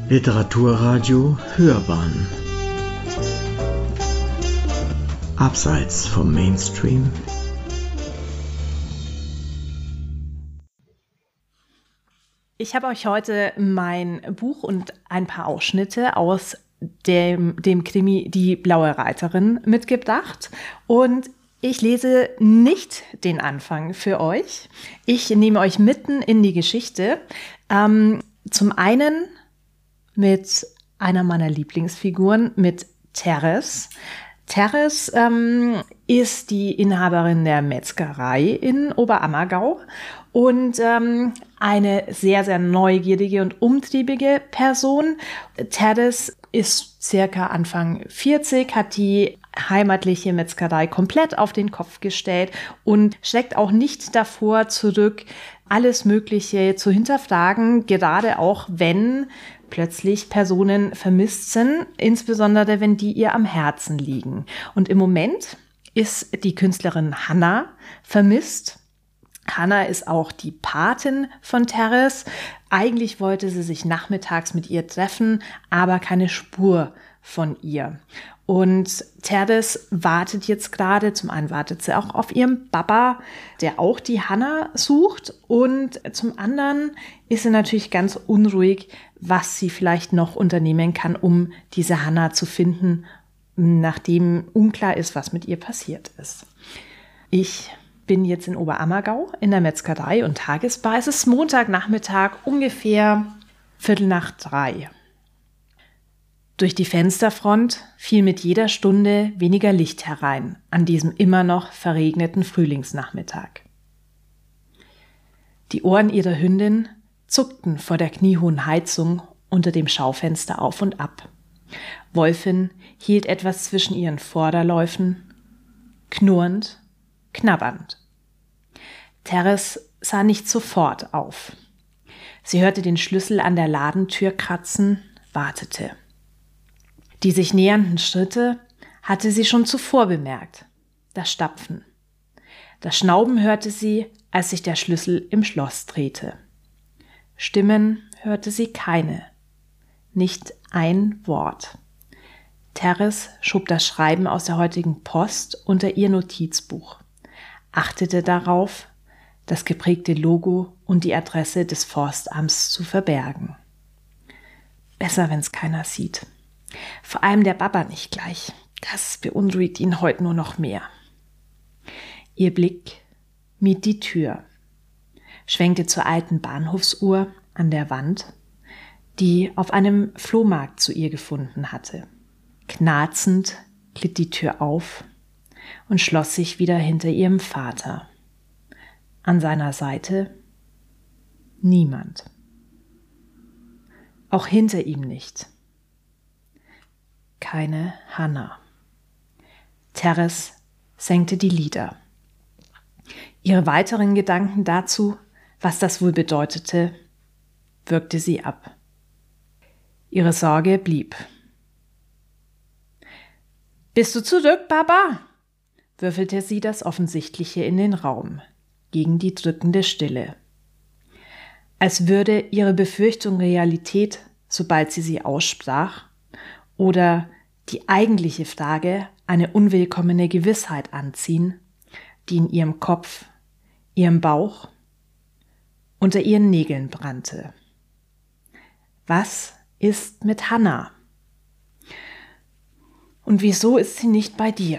Literaturradio Hörbahn Abseits vom Mainstream. Ich habe euch heute mein Buch und ein paar Ausschnitte aus dem Krimi Die blaue Reiterin mitgebracht. Und ich lese nicht den Anfang für euch. Ich nehme euch mitten in die Geschichte. Zum einen mit einer meiner Lieblingsfiguren, mit Teres. Teres ist die Inhaberin der Metzgerei in Oberammergau und eine sehr, sehr neugierige und umtriebige Person. Teres ist circa Anfang 40, hat die heimatliche Metzgerei komplett auf den Kopf gestellt und schreckt auch nicht davor zurück, alles Mögliche zu hinterfragen, gerade auch wenn plötzlich Personen vermisst sind, insbesondere wenn die ihr am Herzen liegen. Und im Moment ist die Künstlerin Hanna vermisst. Hanna ist auch die Patin von Teres. Eigentlich wollte sie sich nachmittags mit ihr treffen, aber keine Spur von ihr. Und Teres wartet jetzt gerade, zum einen wartet sie auch auf ihren Papa, der auch die Hanna sucht, und zum anderen ist sie natürlich ganz unruhig, was sie vielleicht noch unternehmen kann, um diese Hanna zu finden, nachdem unklar ist, was mit ihr passiert ist. Ich bin jetzt in Oberammergau in der Metzgerei und Tagesbar. Es ist Montagnachmittag, ungefähr 2:45. Durch die Fensterfront fiel mit jeder Stunde weniger Licht herein an diesem immer noch verregneten Frühlingsnachmittag. Die Ohren ihrer Hündin zuckten vor der kniehohen Heizung unter dem Schaufenster auf und ab. Wolfin hielt etwas zwischen ihren Vorderläufen, knurrend, knabbernd. Teres sah nicht sofort auf. Sie hörte den Schlüssel an der Ladentür kratzen, wartete. Die sich nähernden Schritte hatte sie schon zuvor bemerkt. Das Stapfen. Das Schnauben hörte sie, als sich der Schlüssel im Schloss drehte. Stimmen hörte sie keine. Nicht ein Wort. Teres schob das Schreiben aus der heutigen Post unter ihr Notizbuch, achtete darauf, das geprägte Logo und die Adresse des Forstamts zu verbergen. Besser, wenn's keiner sieht. Vor allem der Papa nicht gleich. Das beunruhigt ihn heute nur noch mehr. Ihr Blick mied die Tür, schwenkte zur alten Bahnhofsuhr an der Wand, die auf einem Flohmarkt zu ihr gefunden hatte. Knarzend glitt die Tür auf und schloss sich wieder hinter ihrem Vater. An seiner Seite niemand. Auch hinter ihm nicht. Keine Hanna. Teres senkte die Lider. Ihre weiteren Gedanken dazu, was das wohl bedeutete, würgte sie ab. Ihre Sorge blieb. »Bist du zurück, Papa?« würfelte sie das Offensichtliche in den Raum, gegen die drückende Stille. Als würde ihre Befürchtung Realität, sobald sie aussprach, oder die eigentliche Frage eine unwillkommene Gewissheit anziehen, die in ihrem Kopf, ihrem Bauch, unter ihren Nägeln brannte. Was ist mit Hanna? Und wieso ist sie nicht bei dir?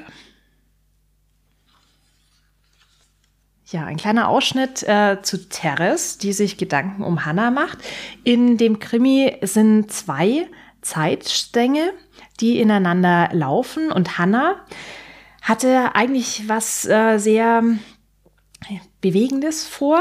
Ja, ein kleiner Ausschnitt zu Teres, die sich Gedanken um Hanna macht. In dem Krimi sind 2 Zeitstränge, die ineinander laufen, und Hanna hatte eigentlich was sehr Bewegendes vor,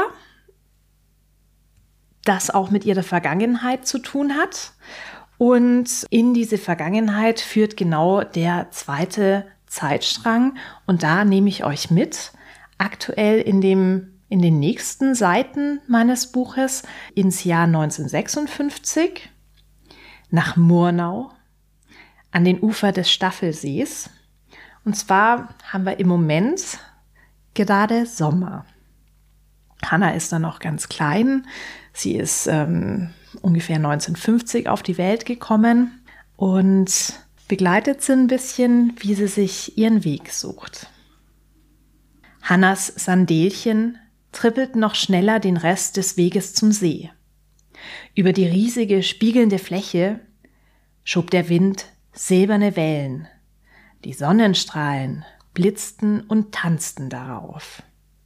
das auch mit ihrer Vergangenheit zu tun hat. Und in diese Vergangenheit führt genau der 2. Zeitstrang, und da nehme ich euch mit, aktuell in den nächsten Seiten meines Buches ins Jahr 1956, nach Murnau, an den Ufer des Staffelsees. Und zwar haben wir im Moment gerade Sommer. Hannah ist dann noch ganz klein. Sie ist ungefähr 1950 auf die Welt gekommen und begleitet sie ein bisschen, wie sie sich ihren Weg sucht. Hannahs Sandelchen trippelten noch schneller den Rest des Weges zum See. Über die riesige, spiegelnde Fläche schob der Wind silberne Wellen. Die Sonnenstrahlen blitzten und tanzten darauf.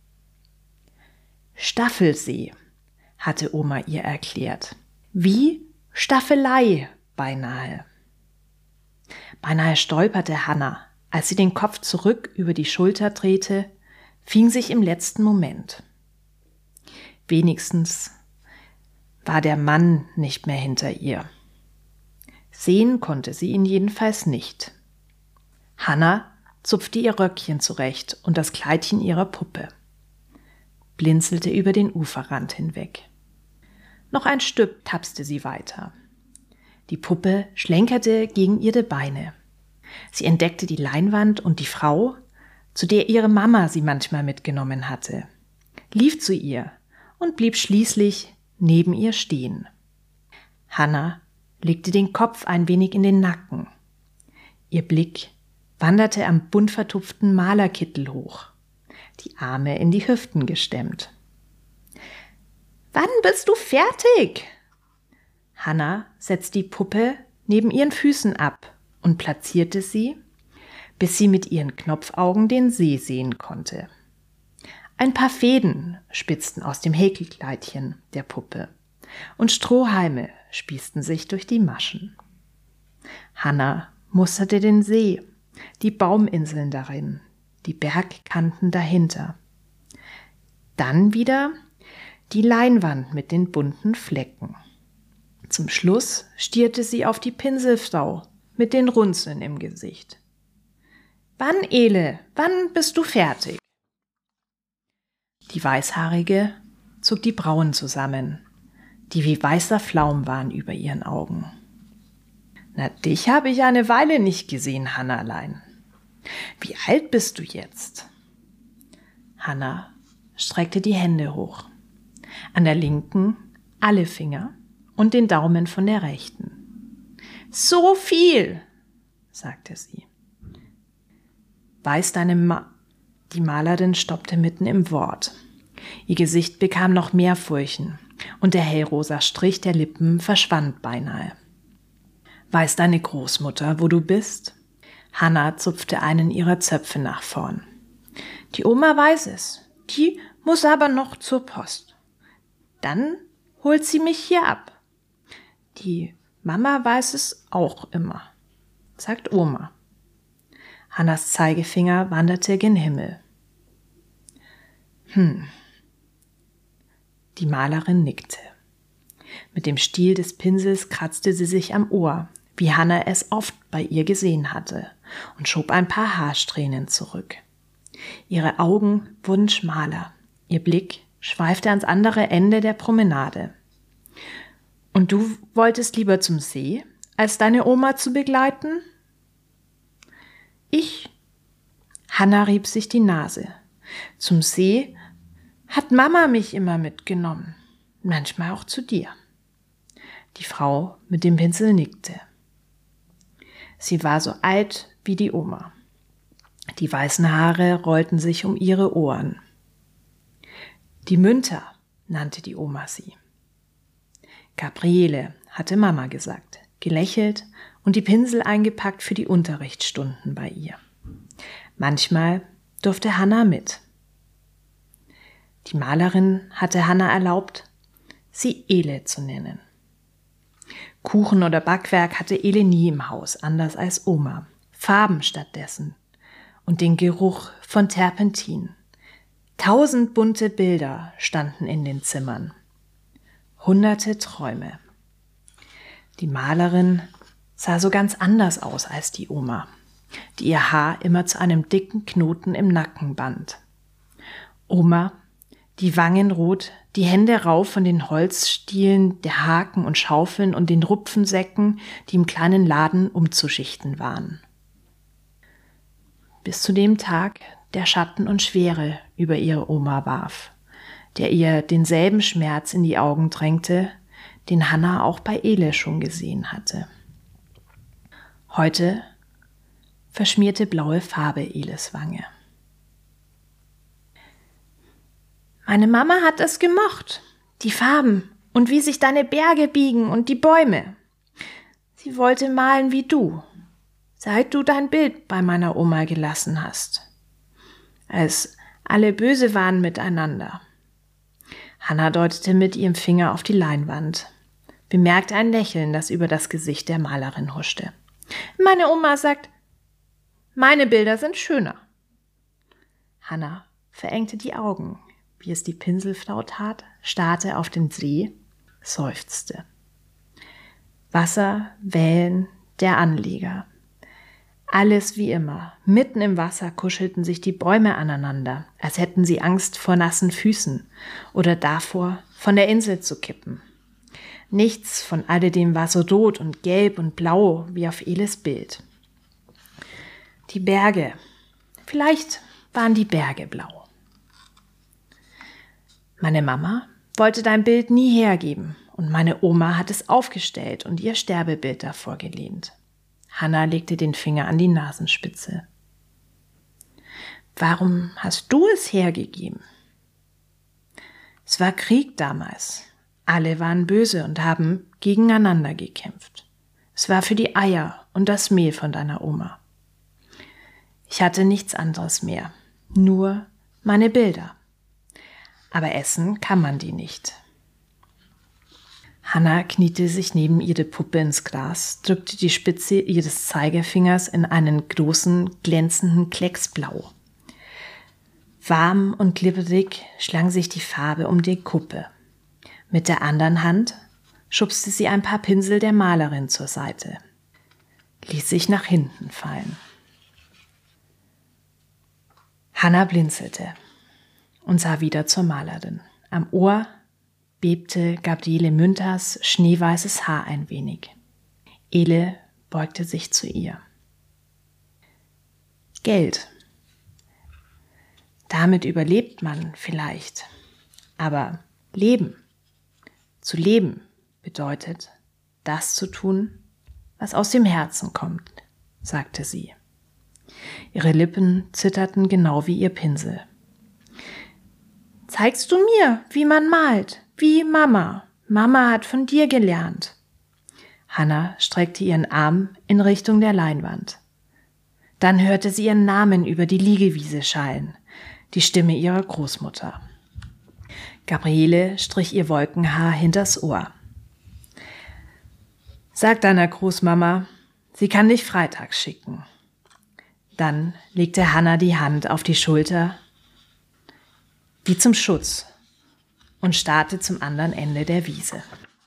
Staffelsee, hatte Oma ihr erklärt. Wie Staffelei beinahe. Beinahe stolperte Hannah, als sie den Kopf zurück über die Schulter drehte, fing sich im letzten Moment. Wenigstens war der Mann nicht mehr hinter ihr. Sehen konnte sie ihn jedenfalls nicht. Hannah zupfte ihr Röckchen zurecht und das Kleidchen ihrer Puppe, blinzelte über den Uferrand hinweg. Noch ein Stück tapste sie weiter. Die Puppe schlenkerte gegen ihre Beine. Sie entdeckte die Leinwand und die Frau, zu der ihre Mama sie manchmal mitgenommen hatte, lief zu ihr und blieb schließlich neben ihr stehen. Hannah legte den Kopf ein wenig in den Nacken. Ihr Blick wanderte am bunt vertupften Malerkittel hoch, die Arme in die Hüften gestemmt. »Wann bist du fertig?« Hannah setzte die Puppe neben ihren Füßen ab und platzierte sie, bis sie mit ihren Knopfaugen den See sehen konnte. Ein paar Fäden spitzten aus dem Häkelkleidchen der Puppe und Strohhalme spießten sich durch die Maschen. Hannah musterte den See, die Bauminseln darin, die Bergkanten dahinter. Dann wieder die Leinwand mit den bunten Flecken. Zum Schluss stierte sie auf die Pinselfrau mit den Runzeln im Gesicht. »Wann, Ele, wann bist du fertig?« Die Weißhaarige zog die Brauen zusammen, die wie weißer Flaum waren über ihren Augen. »Na, dich habe ich eine Weile nicht gesehen, Hannalein. Wie alt bist du jetzt?« Hannah streckte die Hände hoch. An der linken alle Finger und den Daumen von der rechten. »So viel«, sagte sie. »Weiß deine Die Malerin stoppte mitten im Wort. Ihr Gesicht bekam noch mehr Furchen und der hellrosa Strich der Lippen verschwand beinahe. »Weiß deine Großmutter, wo du bist?« Hannah zupfte einen ihrer Zöpfe nach vorn. »Die Oma weiß es. Die muss aber noch zur Post. Dann holt sie mich hier ab. Die Mama weiß es auch immer«, sagt Oma. Hannahs Zeigefinger wanderte gen Himmel. Die Malerin nickte. Mit dem Stiel des Pinsels kratzte sie sich am Ohr, wie Hannah es oft bei ihr gesehen hatte, und schob ein paar Haarsträhnen zurück. Ihre Augen wurden schmaler, ihr Blick schweifte ans andere Ende der Promenade. »Und du wolltest lieber zum See, als deine Oma zu begleiten?« »Ich?« Hannah rieb sich die Nase. »Zum See hat Mama mich immer mitgenommen, manchmal auch zu dir.« Die Frau mit dem Pinsel nickte. Sie war so alt wie die Oma. Die weißen Haare rollten sich um ihre Ohren. Die Münter nannte die Oma sie. Gabriele, hatte Mama gesagt, gelächelt und die Pinsel eingepackt für die Unterrichtsstunden bei ihr. Manchmal durfte Hannah mit. Die Malerin hatte Hannah erlaubt, sie Ele zu nennen. Kuchen oder Backwerk hatte Ele nie im Haus, anders als Oma. Farben stattdessen und den Geruch von Terpentin. 1000 bunte Bilder standen in den Zimmern. Hunderte Träume. Die Malerin sah so ganz anders aus als die Oma, die ihr Haar immer zu einem dicken Knoten im Nacken band. Oma, die Wangen rot, die Hände rauf von den Holzstielen, der Haken und Schaufeln und den Rupfensäcken, die im kleinen Laden umzuschichten waren. Bis zu dem Tag, der Schatten und Schwere über ihre Oma warf, der ihr denselben Schmerz in die Augen drängte, den Hannah auch bei Ele schon gesehen hatte. Heute verschmierte blaue Farbe Eles Wange. Meine Mama hat es gemocht, die Farben und wie sich deine Berge biegen und die Bäume. Sie wollte malen wie du, seit du dein Bild bei meiner Oma gelassen hast, als alle böse waren miteinander. Hannah deutete mit ihrem Finger auf die Leinwand, bemerkte ein Lächeln, das über das Gesicht der Malerin huschte. Meine Oma sagt, meine Bilder sind schöner. Hannah verengte die Augen, wie es die Pinselfrau tat, starrte auf den See, seufzte. Wasser, Wellen, der Anleger. Alles wie immer. Mitten im Wasser kuschelten sich die Bäume aneinander, als hätten sie Angst vor nassen Füßen oder davor, von der Insel zu kippen. Nichts von alledem war so rot und gelb und blau wie auf Eles Bild. Die Berge. Vielleicht waren die Berge blau. Meine Mama wollte dein Bild nie hergeben und meine Oma hat es aufgestellt und ihr Sterbebild davor gelehnt. Hannah legte den Finger an die Nasenspitze. Warum hast du es hergegeben? Es war Krieg damals. Alle waren böse und haben gegeneinander gekämpft. Es war für die Eier und das Mehl von deiner Oma. Ich hatte nichts anderes mehr, nur meine Bilder. Aber essen kann man die nicht. Hannah kniete sich neben ihre Puppe ins Gras, drückte die Spitze ihres Zeigefingers in einen großen, glänzenden Klecks Blau. Warm und glibberig schlang sich die Farbe um die Kuppe. Mit der anderen Hand schubste sie ein paar Pinsel der Malerin zur Seite, ließ sich nach hinten fallen. Hannah blinzelte und sah wieder zur Malerin. Am Ohr bebte Gabriele Münters schneeweißes Haar ein wenig. Ele beugte sich zu ihr. Geld. Damit überlebt man vielleicht. Aber Leben. Zu leben bedeutet, das zu tun, was aus dem Herzen kommt, sagte sie. Ihre Lippen zitterten genau wie ihr Pinsel. Zeigst du mir, wie man malt? Wie Mama. Mama hat von dir gelernt. Hannah streckte ihren Arm in Richtung der Leinwand. Dann hörte sie ihren Namen über die Liegewiese schallen, die Stimme ihrer Großmutter. Gabriele strich ihr Wolkenhaar hinters Ohr. Sag deiner Großmama, sie kann dich freitags schicken. Dann legte Hannah die Hand auf die Schulter, wie zum Schutz, und starrte zum anderen Ende der Wiese.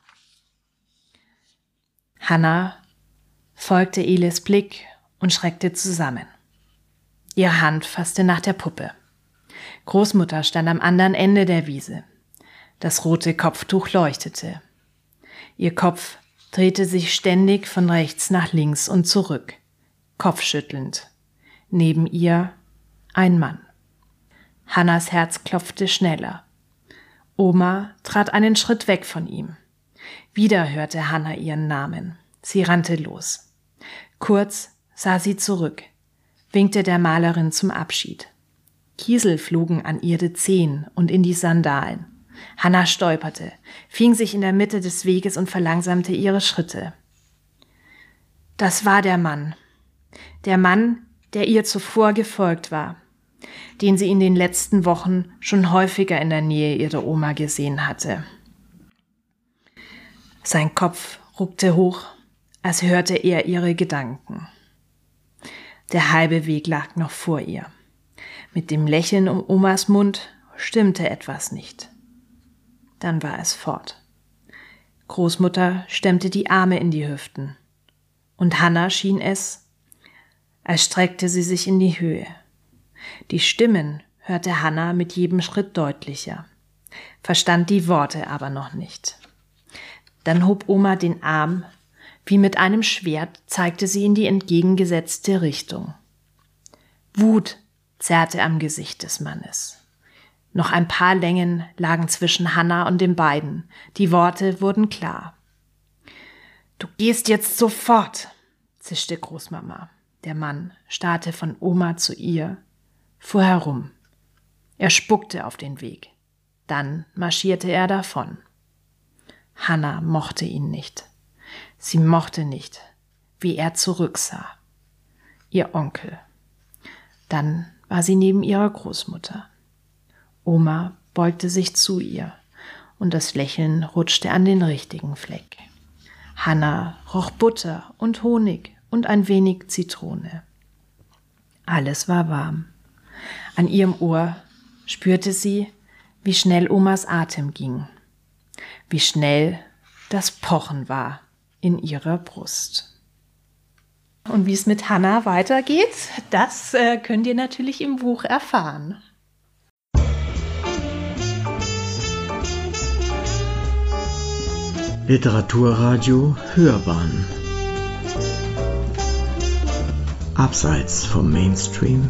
Hannah folgte Eles Blick und schreckte zusammen. Ihre Hand fasste nach der Puppe. Großmutter stand am anderen Ende der Wiese. Das rote Kopftuch leuchtete. Ihr Kopf drehte sich ständig von rechts nach links und zurück, kopfschüttelnd. Neben ihr ein Mann. Hannahs Herz klopfte schneller. Oma trat einen Schritt weg von ihm. Wieder hörte Hannah ihren Namen. Sie rannte los. Kurz sah sie zurück, winkte der Malerin zum Abschied. Kiesel flogen an ihre Zehen und in die Sandalen. Hannah stolperte, fing sich in der Mitte des Weges und verlangsamte ihre Schritte. Das war der Mann, der ihr zuvor gefolgt war, den sie in den letzten Wochen schon häufiger in der Nähe ihrer Oma gesehen hatte. Sein Kopf ruckte hoch, als hörte er ihre Gedanken. Der halbe Weg lag noch vor ihr. Mit dem Lächeln um Omas Mund stimmte etwas nicht. Dann war es fort. Großmutter stemmte die Arme in die Hüften. Und Hannah schien es, als streckte sie sich in die Höhe. Die Stimmen hörte Hannah mit jedem Schritt deutlicher, verstand die Worte aber noch nicht. Dann hob Oma den Arm, wie mit einem Schwert zeigte sie in die entgegengesetzte Richtung. Wut zerrte am Gesicht des Mannes. Noch ein paar Längen lagen zwischen Hanna und den beiden. Die Worte wurden klar. »Du gehst jetzt sofort«, zischte Großmama. Der Mann starrte von Oma zu ihr, fuhr herum. Er spuckte auf den Weg. Dann marschierte er davon. Hanna mochte ihn nicht. Sie mochte nicht, wie er zurücksah. Ihr Onkel. Dann war sie neben ihrer Großmutter. Oma beugte sich zu ihr und das Lächeln rutschte an den richtigen Fleck. Hanna roch Butter und Honig und ein wenig Zitrone. Alles war warm. An ihrem Ohr spürte sie, wie schnell Omas Atem ging, wie schnell das Pochen war in ihrer Brust. Und wie es mit Hanna weitergeht, das könnt ihr natürlich im Buch erfahren. Literaturradio Hörbahn. Abseits vom Mainstream.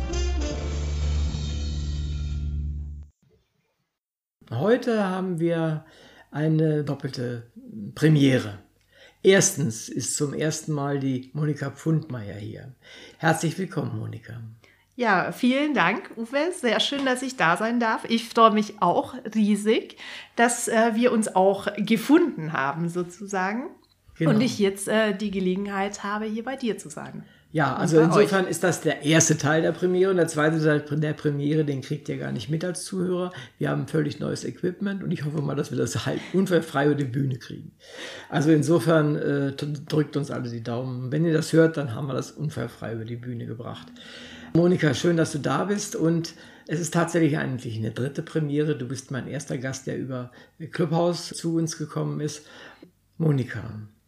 Heute haben wir eine doppelte Premiere. Erstens ist zum ersten Mal die Monika Pfundmeier hier. Herzlich willkommen, Monika. Ja, vielen Dank, Uwe. Sehr schön, dass ich da sein darf. Ich freue mich auch riesig, dass wir uns auch gefunden haben, sozusagen. Genau. Und ich jetzt die Gelegenheit habe, hier bei dir zu sein. Ja, also insofern ist das der erste Teil der Premiere und der zweite Teil der Premiere, den kriegt ihr gar nicht mit als Zuhörer. Wir haben völlig neues Equipment und ich hoffe mal, dass wir das halt unfallfrei über die Bühne kriegen. Also insofern drückt uns alle die Daumen. Wenn ihr das hört, dann haben wir das unfallfrei über die Bühne gebracht. Monika, schön, dass du da bist und es ist tatsächlich eigentlich eine dritte Premiere. Du bist mein erster Gast, der über Clubhouse zu uns gekommen ist. Monika,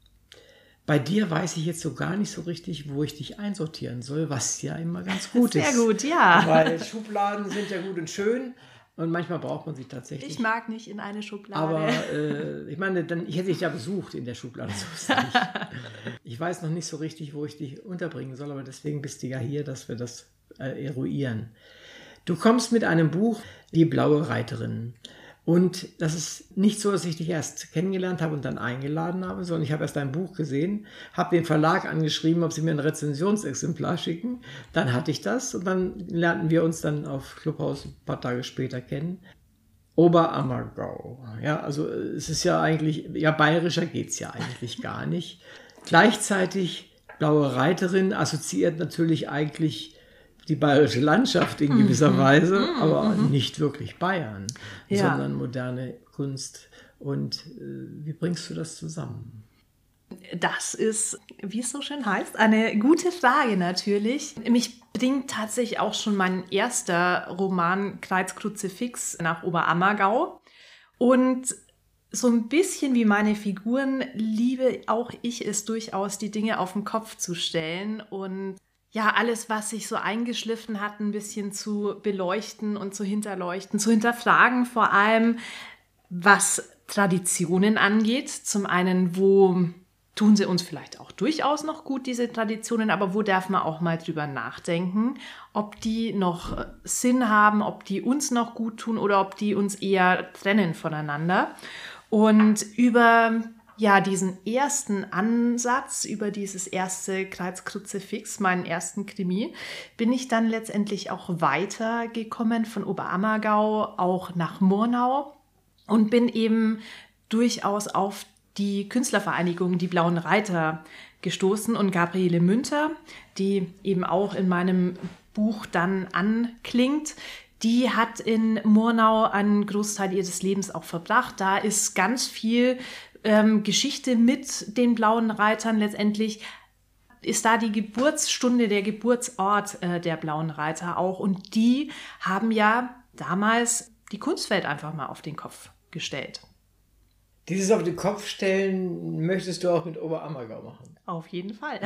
bei dir weiß ich jetzt so gar nicht so richtig, wo ich dich einsortieren soll, was ja immer ganz gut ist. Sehr gut, ja. Weil Schubladen sind ja gut und schön und manchmal braucht man sie tatsächlich. Ich mag nicht in eine Schublade. Aber ich meine, ich hätte dich ja besucht in der Schublade. So ist es nicht. Ich weiß noch nicht so richtig, wo ich dich unterbringen soll, aber deswegen bist du ja hier, dass wir das eruieren. Du kommst mit einem Buch, Die blaue Reiterin. Und das ist nicht so, dass ich dich erst kennengelernt habe und dann eingeladen habe, sondern ich habe erst dein Buch gesehen, habe den Verlag angeschrieben, ob sie mir ein Rezensionsexemplar schicken. Dann hatte ich das und dann lernten wir uns dann auf Clubhouse ein paar Tage später kennen. Oberammergau. Ja, also es ist ja eigentlich, ja, bayerischer geht es ja eigentlich gar nicht. Gleichzeitig blaue Reiterin assoziiert natürlich eigentlich die bayerische Landschaft in gewisser Weise, aber nicht wirklich Bayern, sondern moderne Kunst. Und wie bringst du das zusammen? Das ist, wie es so schön heißt, eine gute Frage natürlich. Mich bringt tatsächlich auch schon mein erster Roman Kreuz-Kruzifix nach Oberammergau. Und so ein bisschen wie meine Figuren liebe auch ich es durchaus, die Dinge auf den Kopf zu stellen und ja, alles, was sich so eingeschliffen hat, ein bisschen zu beleuchten und zu hinterleuchten, zu hinterfragen, vor allem was Traditionen angeht. Zum einen, wo tun sie uns vielleicht auch durchaus noch gut, diese Traditionen, aber wo darf man auch mal drüber nachdenken, ob die noch Sinn haben, ob die uns noch gut tun oder ob die uns eher trennen voneinander. Und über diesen ersten Ansatz, über dieses erste Kreuz-Kruzifix, meinen ersten Krimi, bin ich dann letztendlich auch weitergekommen von Oberammergau auch nach Murnau und bin eben durchaus auf die Künstlervereinigung Die Blauen Reiter gestoßen und Gabriele Münter, die eben auch in meinem Buch dann anklingt. Die hat in Murnau einen Großteil ihres Lebens auch verbracht. Da ist ganz viel Geschichte mit den Blauen Reitern. Letztendlich ist da die Geburtsstunde, der Geburtsort der Blauen Reiter auch. Und die haben ja damals die Kunstwelt einfach mal auf den Kopf gestellt. Dieses auf den Kopf stellen möchtest du auch mit Oberammergau machen? Auf jeden Fall.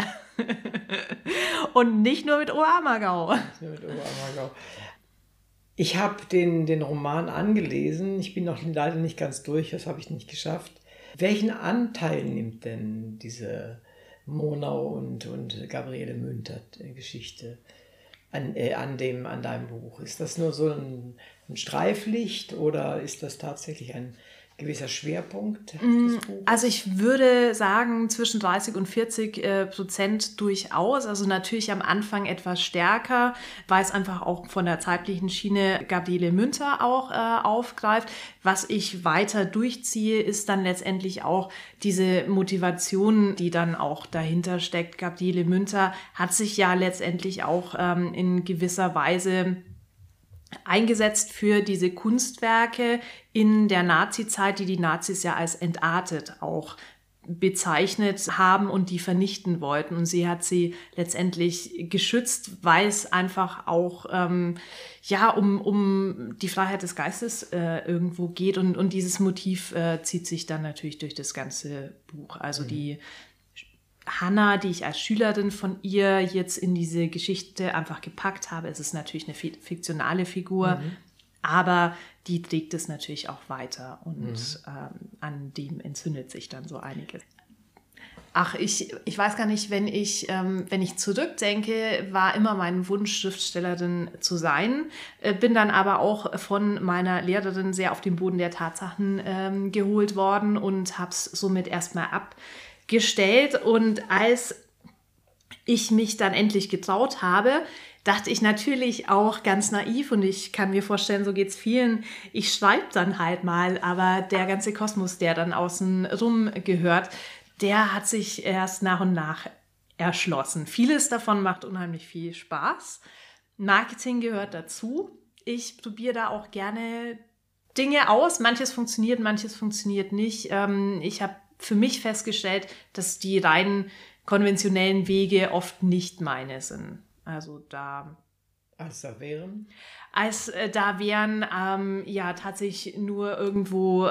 Und nicht nur mit Oberammergau. Nicht nur mit Oberammergau. Ich habe den Roman angelesen. Ich bin noch leider nicht ganz durch, das habe ich nicht geschafft. Welchen Anteil nimmt denn diese Murnau und Gabriele Münter Geschichte an deinem Buch? Ist das nur so ein ein Streiflicht oder ist das tatsächlich ein gewisser Schwerpunkt des Buches? Also ich würde sagen zwischen 30 und 40% durchaus. Also natürlich am Anfang etwas stärker, weil es einfach auch von der zeitlichen Schiene Gabriele Münter auch aufgreift. Was ich weiter durchziehe, ist dann letztendlich auch diese Motivation, die dann auch dahinter steckt. Gabriele Münter hat sich ja letztendlich auch in gewisser Weise eingesetzt für diese Kunstwerke in der Nazizeit, die Nazis ja als entartet auch bezeichnet haben und die vernichten wollten. Und sie hat sie letztendlich geschützt, weil es einfach auch um die Freiheit des Geistes irgendwo geht. Und dieses Motiv zieht sich dann natürlich durch das ganze Buch. Also die Hannah, die ich als Schülerin von ihr jetzt in diese Geschichte einfach gepackt habe, es ist natürlich eine fiktionale Figur, aber die trägt es natürlich auch weiter und an dem entzündet sich dann so einiges. Ach, ich weiß gar nicht, wenn ich zurückdenke, war immer mein Wunsch, Schriftstellerin zu sein, bin dann aber auch von meiner Lehrerin sehr auf den Boden der Tatsachen geholt worden und habe es somit erstmal abgestellt. Und als ich mich dann endlich getraut habe, dachte ich natürlich auch ganz naiv, und ich kann mir vorstellen, so geht's vielen, ich schreibe dann halt mal, aber der ganze Kosmos, der dann außen rum gehört, der hat sich erst nach und nach erschlossen. Vieles davon macht unheimlich viel Spaß. Marketing gehört dazu. Ich probiere da auch gerne Dinge aus. Manches funktioniert nicht. Ich habe für mich festgestellt, dass die rein konventionellen Wege oft nicht meine sind. Also da... Als da wären? Da wären tatsächlich nur irgendwo...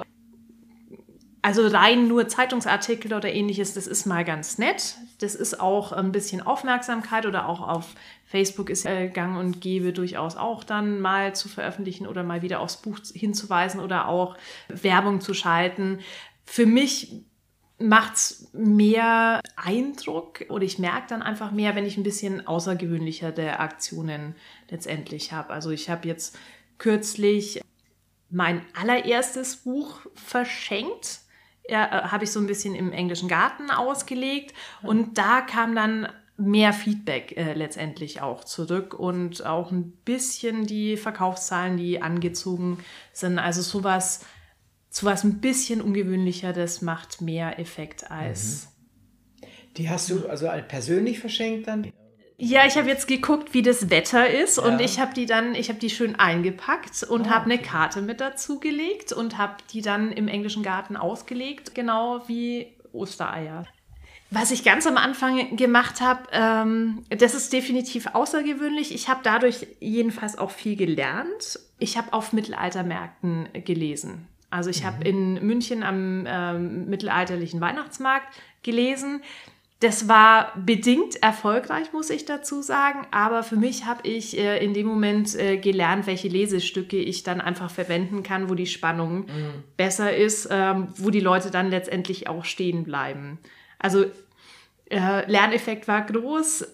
Also rein nur Zeitungsartikel oder ähnliches, das ist mal ganz nett. Das ist auch ein bisschen Aufmerksamkeit, oder auch auf Facebook ist gang und gäbe durchaus auch dann mal zu veröffentlichen oder mal wieder aufs Buch hinzuweisen oder auch Werbung zu schalten. Für mich macht es mehr Eindruck, oder ich merke dann einfach mehr, wenn ich ein bisschen außergewöhnlichere Aktionen letztendlich habe. Also ich habe jetzt kürzlich mein allererstes Buch verschenkt. Habe ich so ein bisschen im englischen Garten ausgelegt, und da kam dann mehr Feedback letztendlich auch zurück und auch ein bisschen die Verkaufszahlen, die angezogen sind. Also sowas ein bisschen ungewöhnlicher, das macht mehr Effekt als... Die hast du also persönlich verschenkt dann? Ja, ich habe jetzt geguckt, wie das Wetter ist, und ich habe die schön eingepackt und habe eine Karte mit dazu gelegt und habe die dann im englischen Garten ausgelegt, genau wie Ostereier. Was ich ganz am Anfang gemacht habe, das ist definitiv außergewöhnlich. Ich habe dadurch jedenfalls auch viel gelernt. Ich habe auf Mittelaltermärkten gelesen. Also ich habe in München am mittelalterlichen Weihnachtsmarkt gelesen. Das war bedingt erfolgreich, muss ich dazu sagen, aber für mich habe ich in dem Moment gelernt, welche Lesestücke ich dann einfach verwenden kann, wo die Spannung besser ist, wo die Leute dann letztendlich auch stehen bleiben. Also Lerneffekt war groß,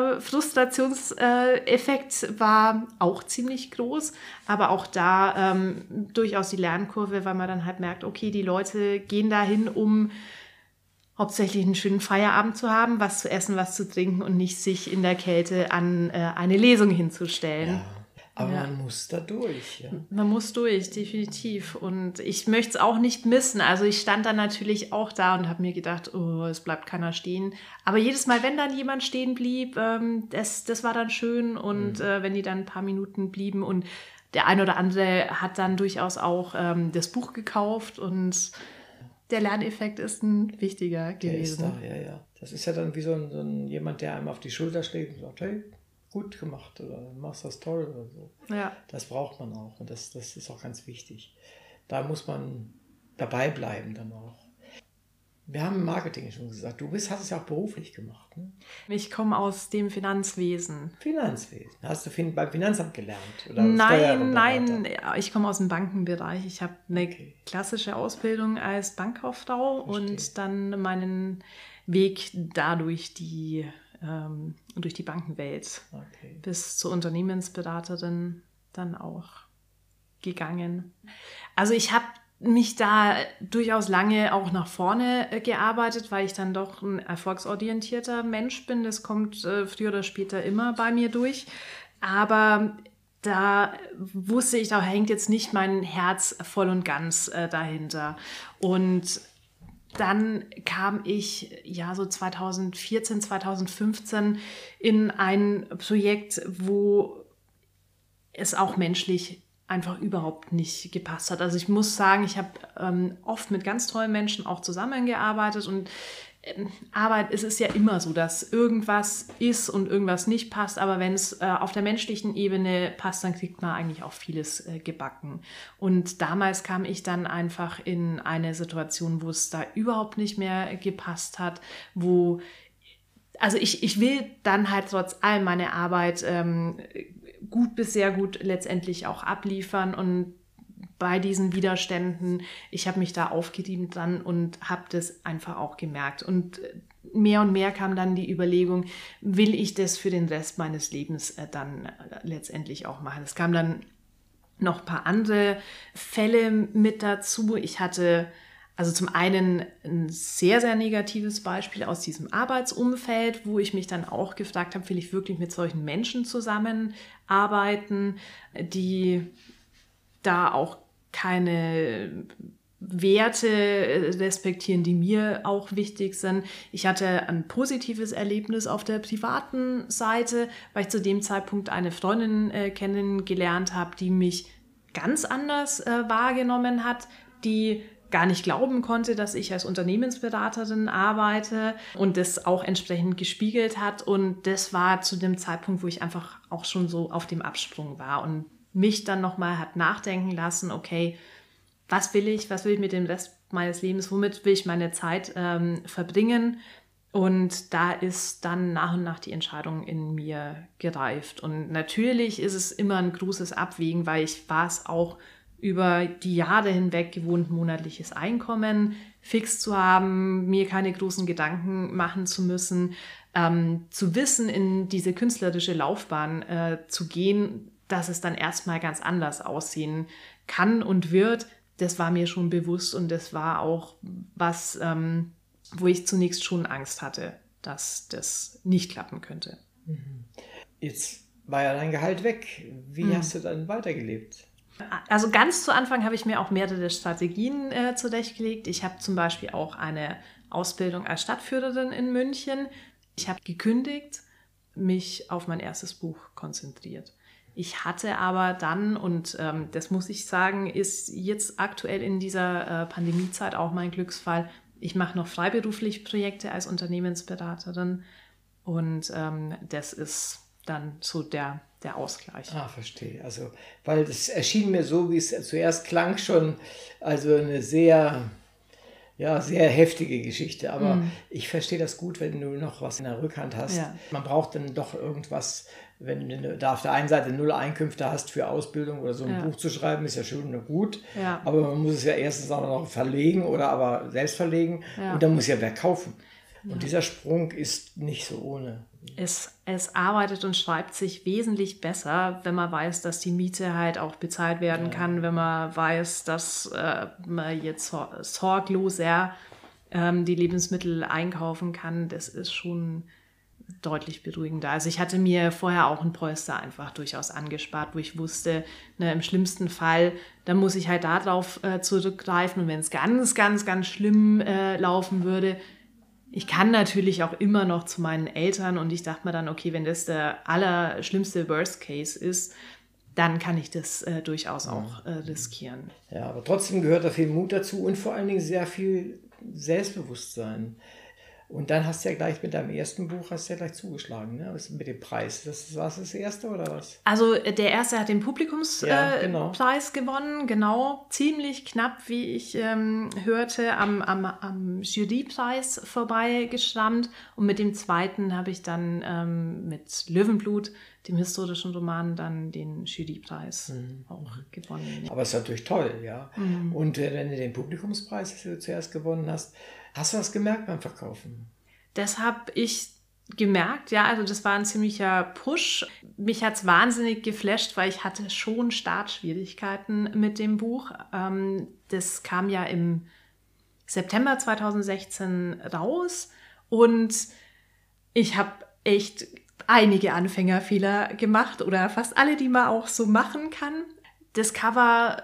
Frustrationseffekt war auch ziemlich groß, aber auch da durchaus die Lernkurve, weil man dann halt merkt, okay, die Leute gehen dahin, um hauptsächlich einen schönen Feierabend zu haben, was zu essen, was zu trinken und nicht sich in der Kälte an eine Lesung hinzustellen. Ja, aber man muss da durch. Ja. Man muss durch, definitiv. Und ich möchte es auch nicht missen. Also ich stand dann natürlich auch da und habe mir gedacht, oh, es bleibt keiner stehen. Aber jedes Mal, wenn dann jemand stehen blieb, das war dann schön. Und wenn die dann ein paar Minuten blieben, und der ein oder andere hat dann durchaus auch das Buch gekauft, und der Lerneffekt ist ein wichtiger gewesen. Der ist da, ja. Das ist ja dann wie so ein jemand, der einem auf die Schulter schlägt und sagt, hey, gut gemacht oder du machst das toll oder so. Ja. Das braucht man auch, und das ist auch ganz wichtig. Da muss man dabei bleiben dann auch. Wir haben Marketing schon gesagt. Hast es ja auch beruflich gemacht. Ne? Ich komme aus dem Finanzwesen. Finanzwesen. Hast du beim Finanzamt gelernt? Oder Nein, ich komme aus dem Bankenbereich. Ich habe eine klassische Ausbildung als Bankkauffrau und dann meinen Weg dadurch durch die Bankenwelt bis zur Unternehmensberaterin dann auch gegangen. Also ich habe mich da durchaus lange auch nach vorne gearbeitet, weil ich dann doch ein erfolgsorientierter Mensch bin. Das kommt früher oder später immer bei mir durch. Aber da wusste ich, da hängt jetzt nicht mein Herz voll und ganz dahinter. Und dann kam ich ja so 2014, 2015 in ein Projekt, wo es auch menschlich einfach überhaupt nicht gepasst hat. Also ich muss sagen, ich habe oft mit ganz tollen Menschen auch zusammengearbeitet und Arbeit, es ist ja immer so, dass irgendwas ist und irgendwas nicht passt, aber wenn es auf der menschlichen Ebene passt, dann kriegt man eigentlich auch vieles gebacken. Und damals kam ich dann einfach in eine Situation, wo es da überhaupt nicht mehr gepasst hat, also ich will dann halt trotz allem meine Arbeit gut bis sehr gut letztendlich auch abliefern und bei diesen Widerständen, ich habe mich da aufgerieben dran und habe das einfach auch gemerkt. Und mehr kam dann die Überlegung, will ich das für den Rest meines Lebens dann letztendlich auch machen. Es kamen dann noch ein paar andere Fälle mit dazu. Ich hatte also zum einen ein sehr, sehr negatives Beispiel aus diesem Arbeitsumfeld, wo ich mich dann auch gefragt habe, will ich wirklich mit solchen Menschen zusammenarbeiten, die da auch keine Werte respektieren, die mir auch wichtig sind. Ich hatte ein positives Erlebnis auf der privaten Seite, weil ich zu dem Zeitpunkt eine Freundin kennengelernt habe, die mich ganz anders wahrgenommen hat, die gar nicht glauben konnte, dass ich als Unternehmensberaterin arbeite und das auch entsprechend gespiegelt hat. Und das war zu dem Zeitpunkt, wo ich einfach auch schon so auf dem Absprung war und mich dann nochmal hat nachdenken lassen, okay, was will ich mit dem Rest meines Lebens, womit will ich meine Zeit verbringen? Und da ist dann nach und nach die Entscheidung in mir gereift. Und natürlich ist es immer ein großes Abwägen, weil ich war es auch über die Jahre hinweg gewohnt, monatliches Einkommen fix zu haben, mir keine großen Gedanken machen zu müssen, zu wissen, in diese künstlerische Laufbahn zu gehen, dass es dann erstmal ganz anders aussehen kann und wird, das war mir schon bewusst und das war auch was, wo ich zunächst schon Angst hatte, dass das nicht klappen könnte. Jetzt war ja dein Gehalt weg. Wie hast du dann weitergelebt? Also ganz zu Anfang habe ich mir auch mehrere Strategien zurechtgelegt. Ich habe zum Beispiel auch eine Ausbildung als Stadtführerin in München. Ich habe gekündigt, mich auf mein erstes Buch konzentriert. Ich hatte aber dann, und das muss ich sagen, ist jetzt aktuell in dieser Pandemiezeit auch mein Glücksfall, ich mache noch freiberuflich Projekte als Unternehmensberaterin und das ist dann so der Ausgleich. Ah, verstehe. Also, weil das erschien mir so, wie es zuerst klang, schon also eine sehr heftige Geschichte. Aber ich verstehe das gut, wenn du noch was in der Rückhand hast. Ja. Man braucht dann doch irgendwas, wenn du da auf der einen Seite 0 Einkünfte hast für Ausbildung oder so ein Buch zu schreiben, ist ja schön und gut. Ja. Aber man muss es ja erstens auch noch verlegen oder aber selbst verlegen. Ja. Und dann muss ja wer kaufen. Und dieser Sprung ist nicht so ohne. Es arbeitet und schreibt sich wesentlich besser, wenn man weiß, dass die Miete halt auch bezahlt werden kann, wenn man weiß, dass man jetzt sorgloser die Lebensmittel einkaufen kann. Das ist schon deutlich beruhigender. Also ich hatte mir vorher auch ein Polster einfach durchaus angespart, wo ich wusste, im schlimmsten Fall, da muss ich halt darauf zurückgreifen. Und wenn es ganz, ganz, ganz schlimm laufen würde, ich kann natürlich auch immer noch zu meinen Eltern und ich dachte mir dann, okay, wenn das der allerschlimmste Worst Case ist, dann kann ich das durchaus auch riskieren. Ja, aber trotzdem gehört da viel Mut dazu und vor allen Dingen sehr viel Selbstbewusstsein. Und dann hast du ja gleich mit deinem ersten Buch gleich zugeschlagen, ne? Mit dem Preis. War das erste oder was? Also der erste hat den Publikumspreis gewonnen, genau. Ziemlich knapp, wie ich hörte, am Jurypreis vorbeigeschrammt. Und mit dem zweiten habe ich dann mit Löwenblut, dem historischen Roman, dann den Jurypreis auch gewonnen. Aber es ist natürlich toll, ja. Und wenn du den Publikumspreis zuerst gewonnen hast, hast du was gemerkt beim Verkaufen? Das habe ich gemerkt, ja, also das war ein ziemlicher Push. Mich hat es wahnsinnig geflasht, weil ich hatte schon Startschwierigkeiten mit dem Buch. Das kam ja im September 2016 raus und ich habe echt einige Anfängerfehler gemacht oder fast alle, die man auch so machen kann. Das Cover,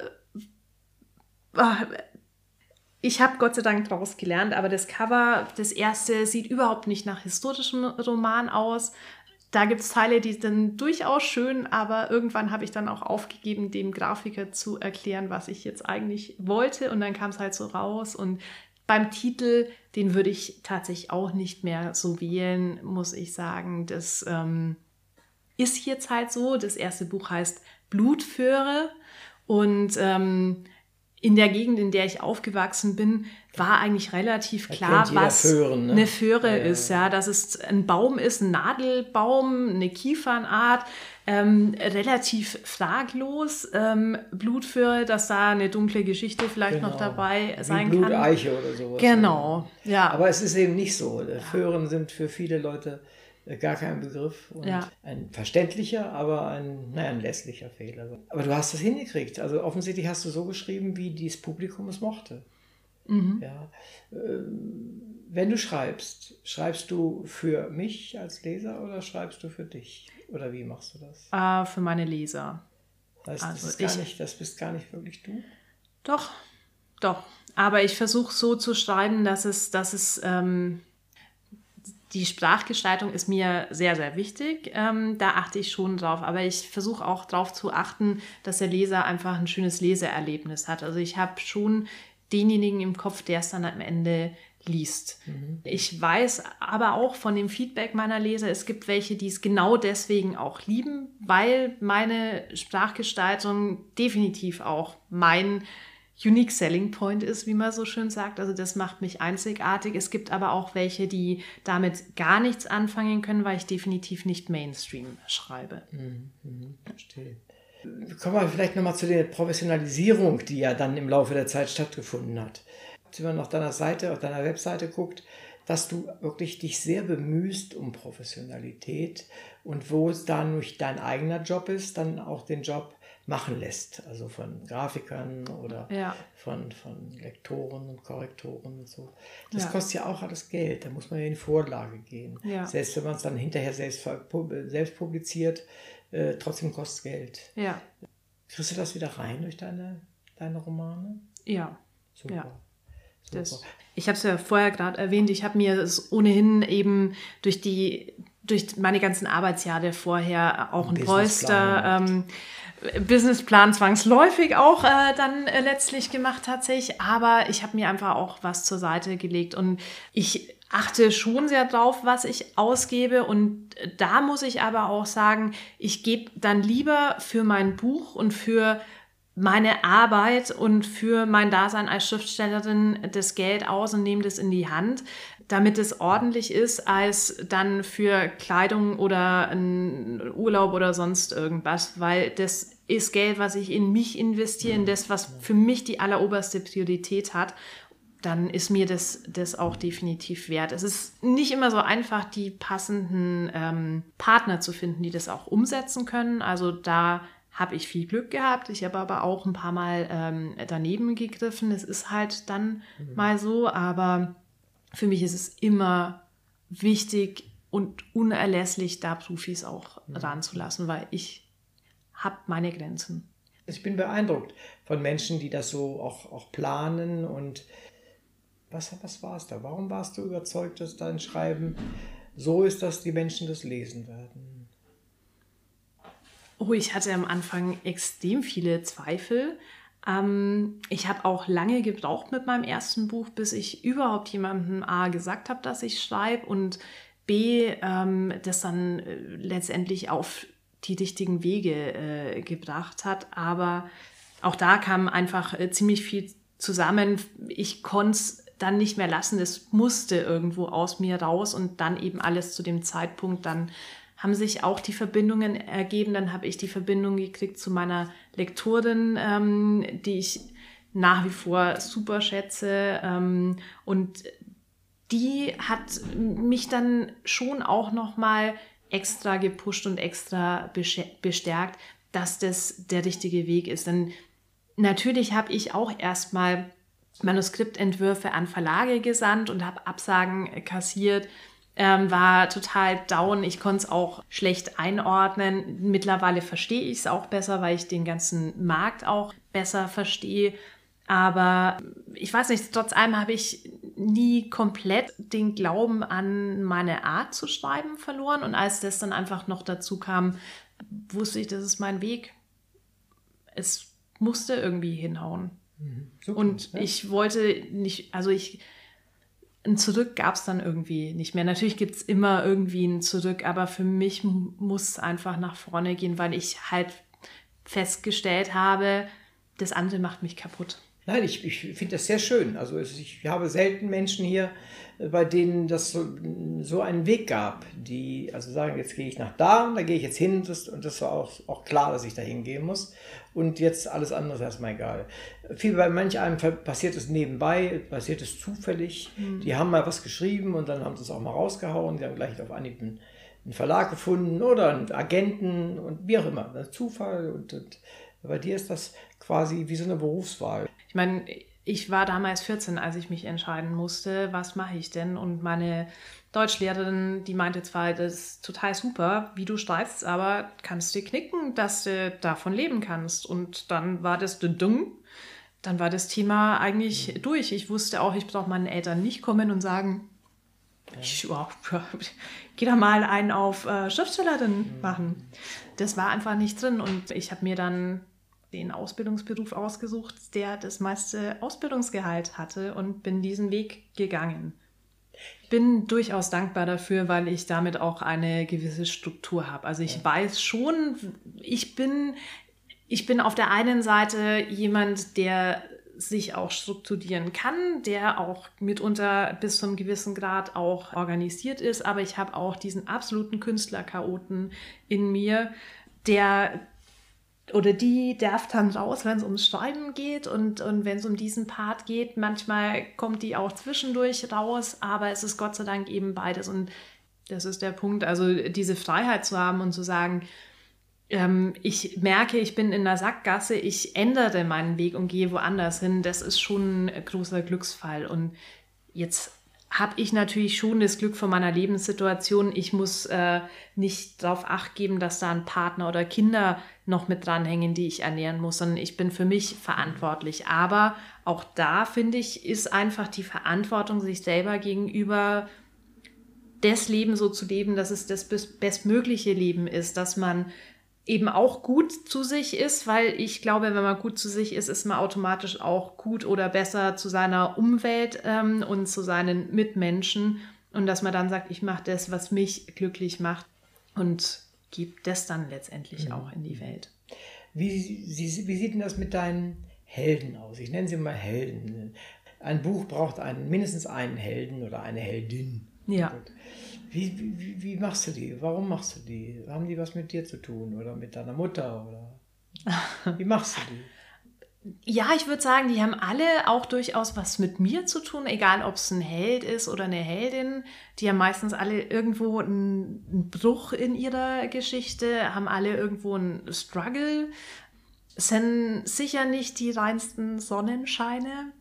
ich habe Gott sei Dank daraus gelernt, aber das Cover, das erste, sieht überhaupt nicht nach historischem Roman aus. Da gibt es Teile, die sind durchaus schön, aber irgendwann habe ich dann auch aufgegeben, dem Grafiker zu erklären, was ich jetzt eigentlich wollte. Und dann kam es halt so raus. Und beim Titel, den würde ich tatsächlich auch nicht mehr so wählen, muss ich sagen. Das ist jetzt halt so. Das erste Buch heißt Blutföhre. Und in der Gegend, in der ich aufgewachsen bin, war eigentlich relativ klar, was Föhren, ne? eine Föhre ist. Ja, dass es ein Baum ist, ein Nadelbaum, eine Kiefernart, relativ fraglos. Blutföhre, dass da eine dunkle Geschichte vielleicht noch dabei sein kann. Bluteiche oder sowas. Genau, ja. Aber es ist eben nicht so. Föhren sind für viele Leute gar kein Begriff und ein verständlicher, aber ein lässlicher Fehler. Aber du hast es hingekriegt. Also offensichtlich hast du so geschrieben, wie dieses Publikum es mochte. Mhm. Ja. Wenn du schreibst du für mich als Leser oder schreibst du für dich? Oder wie machst du das? Für meine Leser. Das heißt, das bist gar nicht wirklich du? Doch. Aber ich versuche so zu schreiben, dass es die Sprachgestaltung ist mir sehr, sehr wichtig. Da achte ich schon drauf. Aber ich versuche auch darauf zu achten, dass der Leser einfach ein schönes Leseerlebnis hat. Also ich habe schon denjenigen im Kopf, der es dann am Ende liest. Mhm. Ich weiß aber auch von dem Feedback meiner Leser, es gibt welche, die es genau deswegen auch lieben, weil meine Sprachgestaltung definitiv auch mein Unique Selling Point ist, wie man so schön sagt. Also das macht mich einzigartig. Es gibt aber auch welche, die damit gar nichts anfangen können, weil ich definitiv nicht Mainstream schreibe. Verstehe. Kommen wir vielleicht nochmal zu der Professionalisierung, die ja dann im Laufe der Zeit stattgefunden hat. Wenn man auf deiner Webseite guckt, dass du wirklich dich sehr bemühst um Professionalität und wo es dann nicht dein eigener Job ist, dann auch den Job machen lässt, also von Grafikern oder von Lektoren und Korrektoren und so. Das kostet ja auch alles Geld, da muss man ja in die Vorlage gehen. Ja. Selbst wenn man es dann hinterher selbst publiziert, trotzdem kostet es Geld. Ja. Kriegst du das wieder rein durch deine Romane? Ja. Super. Ja. Ich habe es ja vorher gerade erwähnt, ich habe mir es ohnehin eben durch meine ganzen Arbeitsjahre vorher auch ein Polster, Businessplan zwangsläufig auch dann letztlich gemacht tatsächlich, aber ich habe mir einfach auch was zur Seite gelegt und ich achte schon sehr drauf, was ich ausgebe und da muss ich aber auch sagen, ich gebe dann lieber für mein Buch und für meine Arbeit und für mein Dasein als Schriftstellerin das Geld aus und nehme das in die Hand, damit es ordentlich ist, als dann für Kleidung oder einen Urlaub oder sonst irgendwas, weil das ist Geld, was ich in mich investiere, in das, was für mich die alleroberste Priorität hat, dann ist mir das auch definitiv wert. Es ist nicht immer so einfach, die passenden Partner zu finden, die das auch umsetzen können. Also da habe ich viel Glück gehabt. Ich habe aber auch ein paar Mal daneben gegriffen. Es ist halt dann mal so, aber für mich ist es immer wichtig und unerlässlich, da Profis auch ranzulassen, weil ich habe meine Grenzen. Ich bin beeindruckt von Menschen, die das so auch planen und was war es da? Warum warst du überzeugt, dass dein Schreiben so ist, dass die Menschen das lesen werden? Oh, ich hatte am Anfang extrem viele Zweifel. Ich habe auch lange gebraucht mit meinem ersten Buch, bis ich überhaupt jemandem A gesagt habe, dass ich schreibe und B, das dann letztendlich auf die richtigen Wege gebracht hat. Aber auch da kam einfach ziemlich viel zusammen. Ich konnte es dann nicht mehr lassen. Das musste irgendwo aus mir raus und dann eben alles zu dem Zeitpunkt. Dann haben sich auch die Verbindungen ergeben. Dann habe ich die Verbindung gekriegt zu meiner Lektorin, die ich nach wie vor super schätze. Und die hat mich dann schon auch nochmal extra gepusht und extra bestärkt, dass das der richtige Weg ist. Denn natürlich habe ich auch erstmal Manuskriptentwürfe an Verlage gesandt und habe Absagen kassiert, war total down. Ich konnte es auch schlecht einordnen. Mittlerweile verstehe ich es auch besser, weil ich den ganzen Markt auch besser verstehe. Aber ich weiß nicht, trotz allem habe ich nie komplett den Glauben an meine Art zu schreiben verloren. Und als das dann einfach noch dazu kam, wusste ich, das ist mein Weg. Es musste irgendwie hinhauen. Super, und ja. Ich wollte nicht, ein Zurück gab es dann irgendwie nicht mehr. Natürlich gibt es immer irgendwie ein Zurück, aber für mich muss es einfach nach vorne gehen, weil ich halt festgestellt habe, das andere macht mich kaputt. Nein, ich finde das sehr schön. Also ich habe selten Menschen hier, bei denen das so einen Weg gab, die also sagen, jetzt gehe ich nach da und da gehe ich jetzt hin und das war auch klar, dass ich da hingehen muss und jetzt alles andere ist erstmal egal. Bei manch einem passiert es nebenbei, passiert es zufällig. Die haben mal was geschrieben und dann haben sie es auch mal rausgehauen, die haben gleich auf Anhieb einen Verlag gefunden oder einen Agenten und wie auch immer, ein Zufall und bei dir ist das quasi wie so eine Berufswahl. Ich meine, ich war damals 14, als ich mich entscheiden musste, was mache ich denn? Und meine Deutschlehrerin, die meinte zwar, das ist total super, wie du schreibst, aber kannst du knicken, dass du davon leben kannst. Und dann war das dann war das Thema eigentlich durch. Ich wusste auch, ich brauche meinen Eltern nicht kommen und sagen, geh da mal einen auf Schriftstellerin machen. Das war einfach nicht drin und ich habe mir dann den Ausbildungsberuf ausgesucht, der das meiste Ausbildungsgehalt hatte und bin diesen Weg gegangen. Ich bin durchaus dankbar dafür, weil ich damit auch eine gewisse Struktur habe. Also ich weiß schon, ich bin auf der einen Seite jemand, der sich auch strukturieren kann, der auch mitunter bis zu einem gewissen Grad auch organisiert ist, aber ich habe auch diesen absoluten Künstlerchaoten in mir, der oder die darf dann raus, wenn es ums Schreiben geht und wenn es um diesen Part geht. Manchmal kommt die auch zwischendurch raus, aber es ist Gott sei Dank eben beides. Und das ist der Punkt, also diese Freiheit zu haben und zu sagen, ich merke, ich bin in der Sackgasse, ich ändere meinen Weg und gehe woanders hin. Das ist schon ein großer Glücksfall. Und jetzt habe ich natürlich schon das Glück von meiner Lebenssituation. Ich muss nicht darauf Acht geben, dass da ein Partner oder Kinder noch mit dranhängen, die ich ernähren muss, sondern ich bin für mich verantwortlich. Aber auch da, finde ich, ist einfach die Verantwortung sich selber gegenüber das Leben so zu leben, dass es das bestmögliche Leben ist, dass man eben auch gut zu sich ist, weil ich glaube, wenn man gut zu sich ist, ist man automatisch auch gut oder besser zu seiner Umwelt und zu seinen Mitmenschen und dass man dann sagt, ich mache das, was mich glücklich macht und gebe das dann letztendlich auch in die Welt. Wie sieht denn das mit deinen Helden aus? Ich nenne sie mal Helden. Ein Buch braucht mindestens einen Helden oder eine Heldin. Ja. Wie machst du die? Warum machst du die? Haben die was mit dir zu tun oder mit deiner Mutter? Oder wie machst du die? Ja, ich würde sagen, die haben alle auch durchaus was mit mir zu tun, egal ob es ein Held ist oder eine Heldin. Die haben meistens alle irgendwo einen Bruch in ihrer Geschichte, haben alle irgendwo einen Struggle, sind sicher nicht die reinsten Sonnenscheine,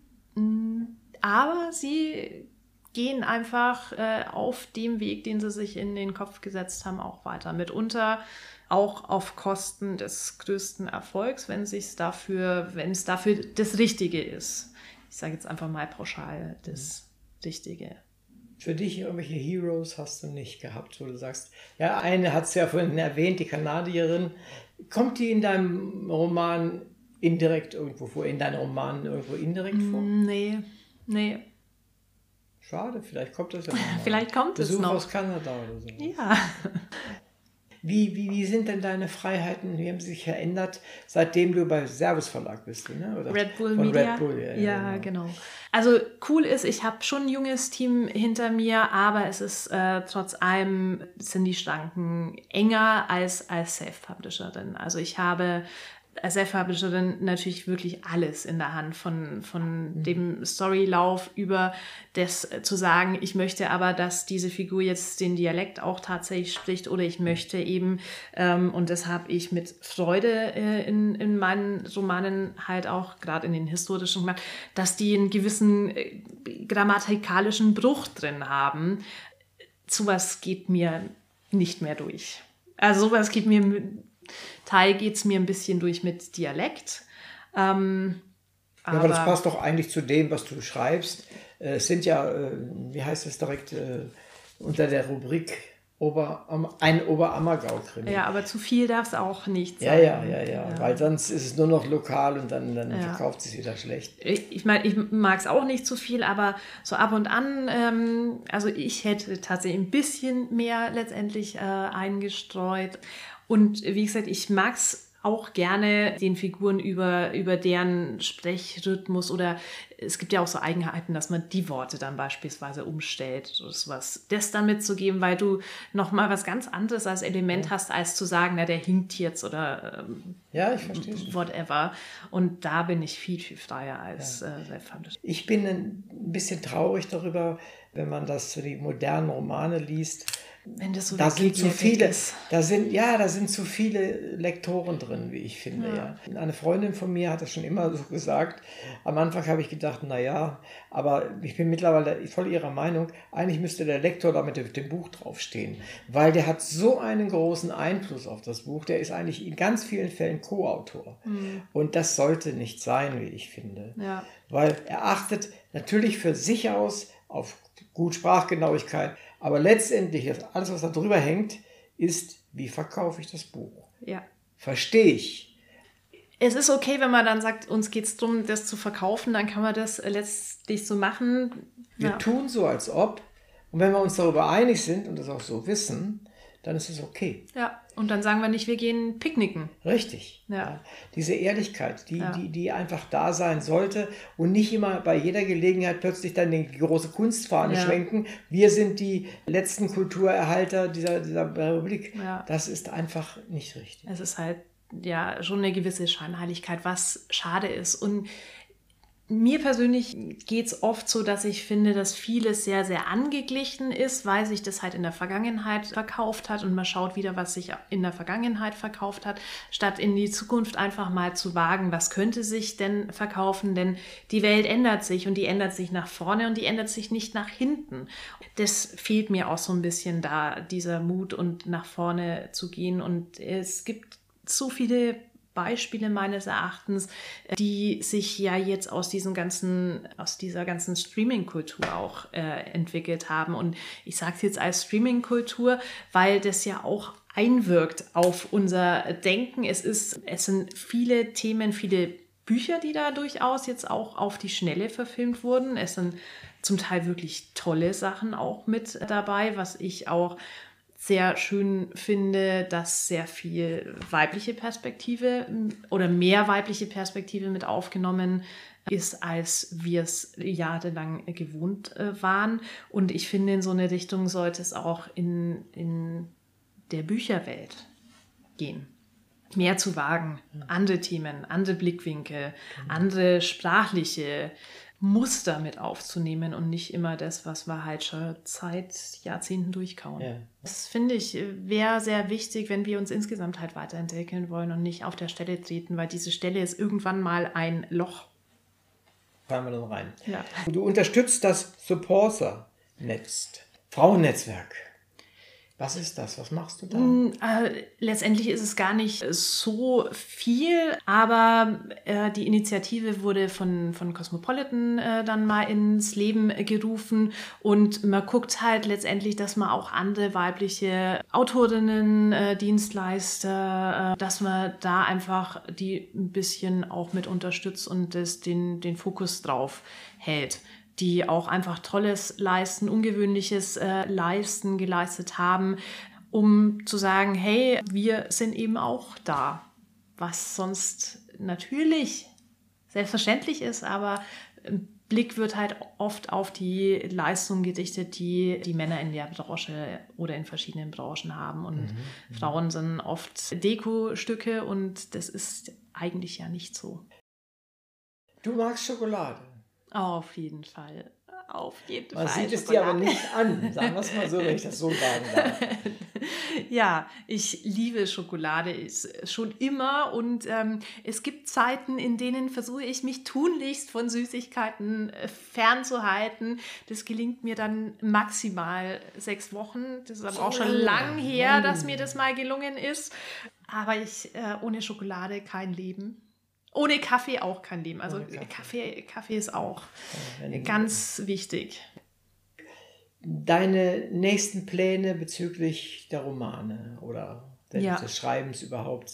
aber sie gehen einfach auf dem Weg, den sie sich in den Kopf gesetzt haben, auch weiter. Mitunter auch auf Kosten des größten Erfolgs, wenn es dafür das Richtige ist. Ich sage jetzt einfach mal pauschal das Richtige. Für dich irgendwelche Heroes hast du nicht gehabt, wo du sagst, ja, eine hat es ja vorhin erwähnt, die Kanadierin. Kommt die in deinem Roman indirekt irgendwo vor, in deinen Romanen irgendwo indirekt vor? Nee. Schade, vielleicht kommt das ja noch mal. Vielleicht kommt es noch. Besuch aus Kanada oder so. Ja. Wie sind denn deine Freiheiten, wie haben sie sich verändert, seitdem du bei Servus Verlag bist? Ne? Oder Red Bull von Media. Red Bull, ja, genau. Also cool ist, ich habe schon ein junges Team hinter mir, aber es ist trotz allem sind die Schranken enger als Self-Publisherin. Also ich habe als Self-Publisherin natürlich wirklich alles in der Hand, von dem Storylauf über das zu sagen, ich möchte aber, dass diese Figur jetzt den Dialekt auch tatsächlich spricht oder ich möchte eben, und das habe ich mit Freude in meinen Romanen halt auch, gerade in den historischen gemacht, dass die einen gewissen grammatikalischen Bruch drin haben. Sowas geht mir nicht mehr durch. Also sowas geht mir... Teil geht es mir ein bisschen durch mit Dialekt. Aber das passt doch eigentlich zu dem, was du schreibst. Es sind ja, wie heißt es direkt, unter der Rubrik ein Oberammergau-Krimi. Ja, aber zu viel darf es auch nicht sein. Ja, weil sonst ist es nur noch lokal und dann verkauft es wieder schlecht. Ich meine, ich mag es auch nicht zu viel, aber so ab und an, also ich hätte tatsächlich ein bisschen mehr letztendlich eingestreut. Und wie gesagt, ich mag es auch gerne, den Figuren über deren Sprechrhythmus oder es gibt ja auch so Eigenheiten, dass man die Worte dann beispielsweise umstellt oder sowas. Das dann mitzugeben, weil du nochmal was ganz anderes als Element hast, als zu sagen, na, der hinkt jetzt oder ich verstehe whatever. Und da bin ich viel, viel freier als Self-Publisher. Ich bin ein bisschen traurig darüber, wenn man die modernen Romane liest. Wenn das so da sind zu viele, ist. da sind zu viele Lektoren drin, wie ich finde. Ja. Eine Freundin von mir hat das schon immer so gesagt. Am Anfang habe ich gedacht, naja, aber ich bin mittlerweile voll ihrer Meinung, eigentlich müsste der Lektor da mit dem Buch draufstehen, weil der hat so einen großen Einfluss auf das Buch, der ist eigentlich in ganz vielen Fällen Co-Autor. Und das sollte nicht sein, wie ich finde. Ja. Weil er achtet natürlich für sich aus auf gut Sprachgenauigkeit, aber letztendlich, alles, was da drüber hängt, ist, wie verkaufe ich das Buch? Ja. Verstehe ich. Es ist okay, wenn man dann sagt, uns geht es darum, das zu verkaufen, dann kann man das letztlich so machen. Wir tun so, als ob. Und wenn wir uns darüber einig sind und das auch so wissen, dann ist es okay. Ja, und dann sagen wir nicht, wir gehen picknicken. Richtig. Ja. Diese Ehrlichkeit, die einfach da sein sollte und nicht immer bei jeder Gelegenheit plötzlich dann die große Kunstfahne schwenken. Wir sind die letzten Kulturerhalter dieser Republik. Ja. Das ist einfach nicht richtig. Es ist halt schon eine gewisse Scheinheiligkeit, was schade ist. Und mir persönlich geht es oft so, dass ich finde, dass vieles sehr, sehr angeglichen ist, weil sich das halt in der Vergangenheit verkauft hat und man schaut wieder, was sich in der Vergangenheit verkauft hat, statt in die Zukunft einfach mal zu wagen, was könnte sich denn verkaufen, denn die Welt ändert sich und die ändert sich nach vorne und die ändert sich nicht nach hinten. Das fehlt mir auch so ein bisschen da, dieser Mut und nach vorne zu gehen und es gibt so viele Beispiele meines Erachtens, die sich ja jetzt aus dieser ganzen Streaming-Kultur auch entwickelt haben. Und ich sage es jetzt als Streaming-Kultur, weil das ja auch einwirkt auf unser Denken. Es sind viele Themen, viele Bücher, die da durchaus jetzt auch auf die Schnelle verfilmt wurden. Es sind zum Teil wirklich tolle Sachen auch mit dabei, was ich auch sehr schön finde, dass sehr viel weibliche Perspektive oder mehr weibliche Perspektive mit aufgenommen ist, als wir es jahrelang gewohnt waren. Und ich finde, in so eine Richtung sollte es auch in der Bücherwelt gehen. Mehr zu wagen, andere Themen, andere Blickwinkel, andere sprachliche Muster mit aufzunehmen und nicht immer das, was wir halt schon seit Jahrzehnten durchkauen. Ja. Das finde ich wäre sehr wichtig, wenn wir uns insgesamt halt weiterentwickeln wollen und nicht auf der Stelle treten, weil diese Stelle ist irgendwann mal ein Loch. Fallen wir dann rein. Ja. Du unterstützt das Supporter-Netz, Frauennetzwerk. Was ist das? Was machst du da? Letztendlich ist es gar nicht so viel, aber die Initiative wurde von Cosmopolitan dann mal ins Leben gerufen und man guckt halt letztendlich, dass man auch andere weibliche Autorinnen, Dienstleister, dass man da einfach die ein bisschen auch mit unterstützt und den Fokus drauf hält, die auch einfach Tolles leisten, Ungewöhnliches geleistet haben, um zu sagen, hey, wir sind eben auch da, was sonst natürlich selbstverständlich ist, aber Blick wird halt oft auf die Leistung gerichtet, die Männer in der Branche oder in verschiedenen Branchen haben und Frauen sind oft Dekostücke und das ist eigentlich ja nicht so. Du magst Schokolade. Auf jeden Fall. Auf jeden Man Fall. sieht es dir aber nicht an. Sagen wir es mal so, wenn ich das so sagen darf. Ja, ich liebe Schokolade schon immer und es gibt Zeiten, in denen versuche ich mich tunlichst von Süßigkeiten fernzuhalten. Das gelingt mir dann maximal 6 Wochen. Das ist aber auch schon lang her, dass mir das mal gelungen ist. Aber ohne Schokolade kein Leben. Ohne Kaffee auch kein Leben. Also Kaffee ist auch ganz wichtig. Deine nächsten Pläne bezüglich der Romane oder des Schreibens überhaupt